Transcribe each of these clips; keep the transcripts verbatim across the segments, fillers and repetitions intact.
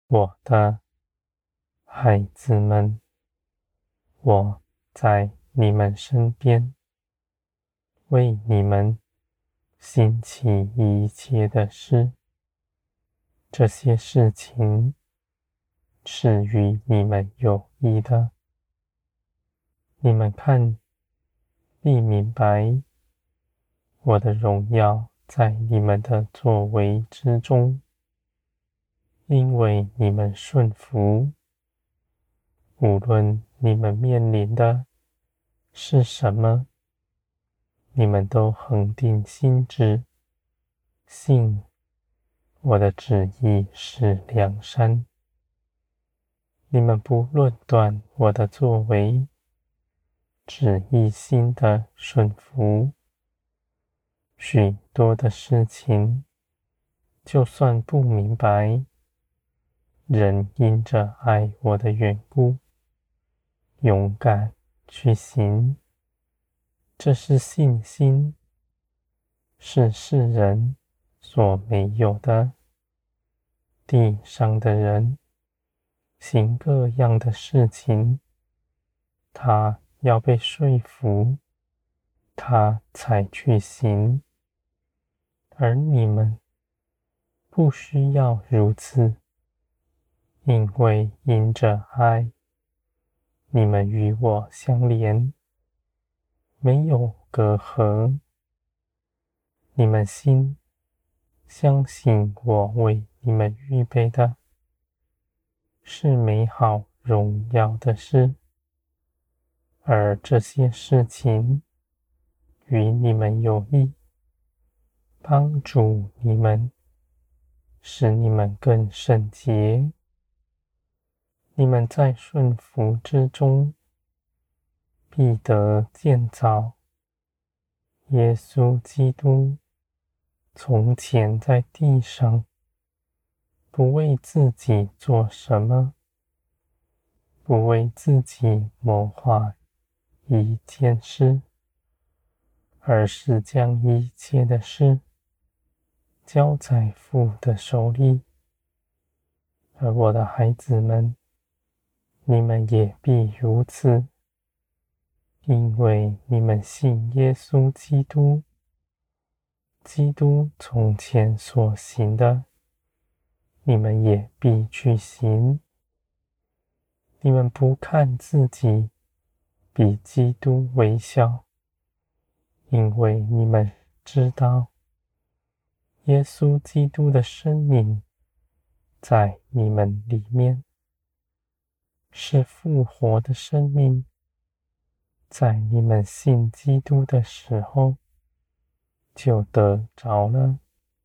我的孩子们，我在你们身边，为你们兴起一切的事。这些事情是与你们有益的。你们看，必明白我的荣耀在你们的作为之中，因为你们顺服，无论你们面临的是什么，你们都恒定心志，信我的旨意是良善。你们不论断我的作为，只一心的顺服。许多的事情，就算不明白，仍因着爱我的缘故，勇敢去行。这是信心，是世人所没有的。地上的人行各样的事情，他要被说服，他才去行。而你们不需要如此，因为因着爱，你们与我相连，没有隔阂。你们心相信我为你们预备的是美好荣耀的事，而这些事情与你们有益，帮助你们，使你们更圣洁。你们在顺服之中，必得建造。耶稣基督从前在地上，不为自己做什么，不为自己谋划一件事，而是将一切的事交在父的手里。而我的孩子们，你们也必如此，因为你们信耶稣基督。基督从前所行的，你们也必去行。你们不看自己比基督为小，因为你们知道，耶稣基督的生命在你们里面，是复活的生命，在你们信基督的时候就得着了。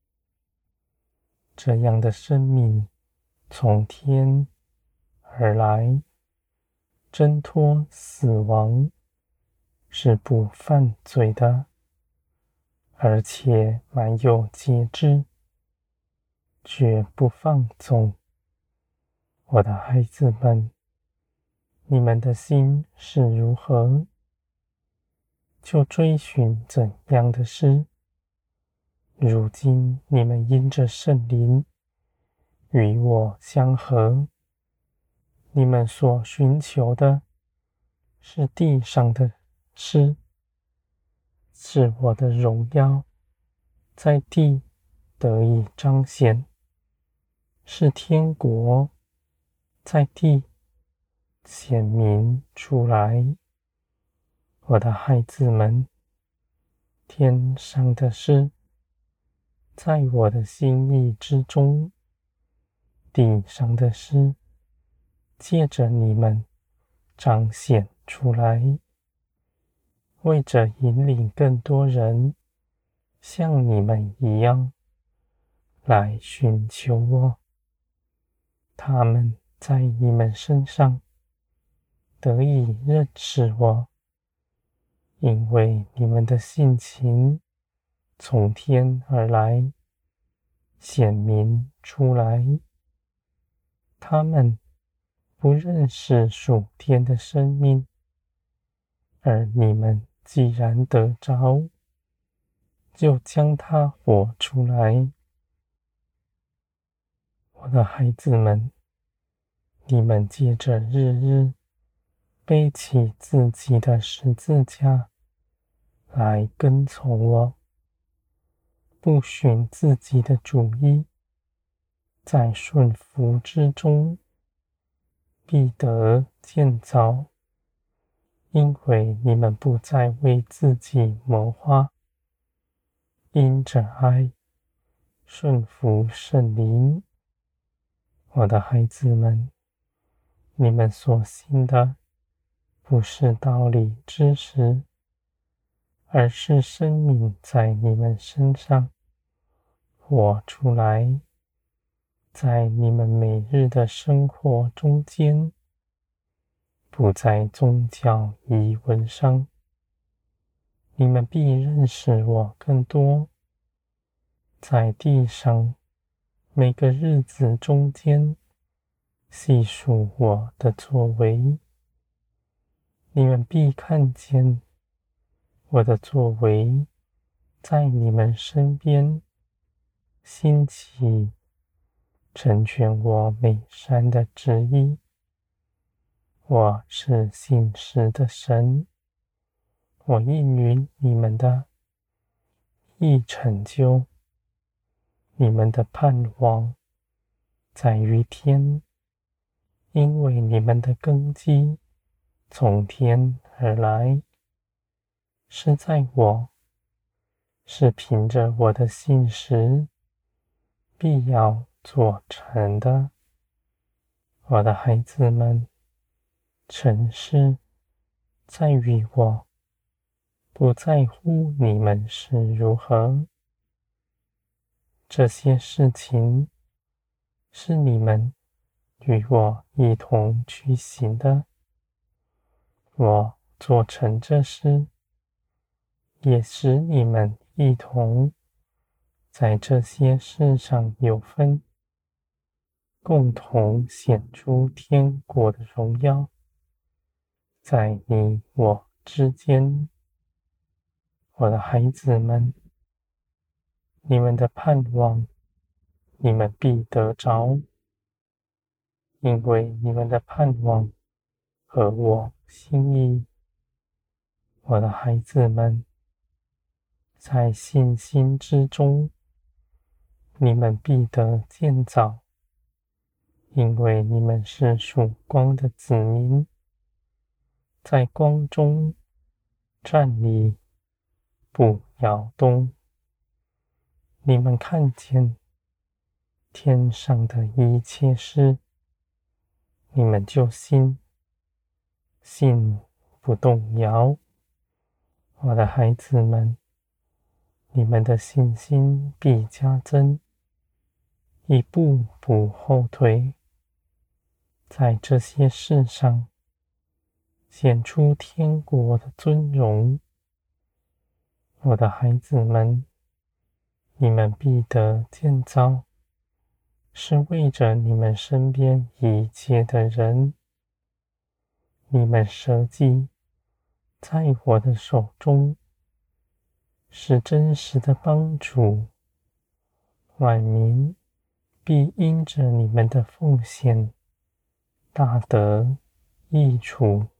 这样的生命从天而来，挣脱死亡，是不犯罪的，而且蛮有节制，绝不放纵。我的孩子们，你们的心是如何，就追寻怎样的事。如今你们因着圣灵与我相合，你们所寻求的是地上的事，是我的荣耀在地得以彰显，是天国在地显明出来。我的孩子们，天上的事在我的心意之中，地上的事借着你们彰显出来，为着引领更多人像你们一样来寻求我，他们在你们身上得以认识我，因为你们的性情从天而来，显明出来。他们不认识属天的生命，而你们既然得着，就将它活出来。我的孩子们， 你们借着日日背起自己的十字架来跟从我，不循自己的主意，在顺服之中必得建造，因为你们不再为自己谋划，因着爱顺服圣灵。我的孩子们，你们所信的不是道理知识，而是生命在你们身上活出来，在你们每日的生活中间，不在宗教仪文上。你们必认识我更多，在地上每个日子中间细数我的作为，你们必看见我的作为在你们身边兴起，成全我美善的旨意。我是信实的神，我应允你们的，亦成就。你们的盼望在于天，因为你们的根基从天而来，是在我，是凭着我的信实，必要做成的。我的孩子们，成事在于我，不在乎你们是如何。这些事情是你们与我一同去行的。我做成这事，也使你们一同在这些事上有分，共同显出天国的荣耀，在你我之间。我的孩子们，你们的盼望，你们必得着，因为你们的盼望合我心意。我的孩子们，在信心之中，你们必得建造，因为你们是属光的子民，在光中站立，不摇动。你们看见天上的一切事，你们就信，信不动摇。我的孩子们，你们的信心必加增，一步不后退，在这些事上显出天国的尊荣。我的孩子们，你们必得建造，是为着你们身边一切的人。你们舍己在我的手中，是真实的帮助，万民必因着你们的奉献大得益处。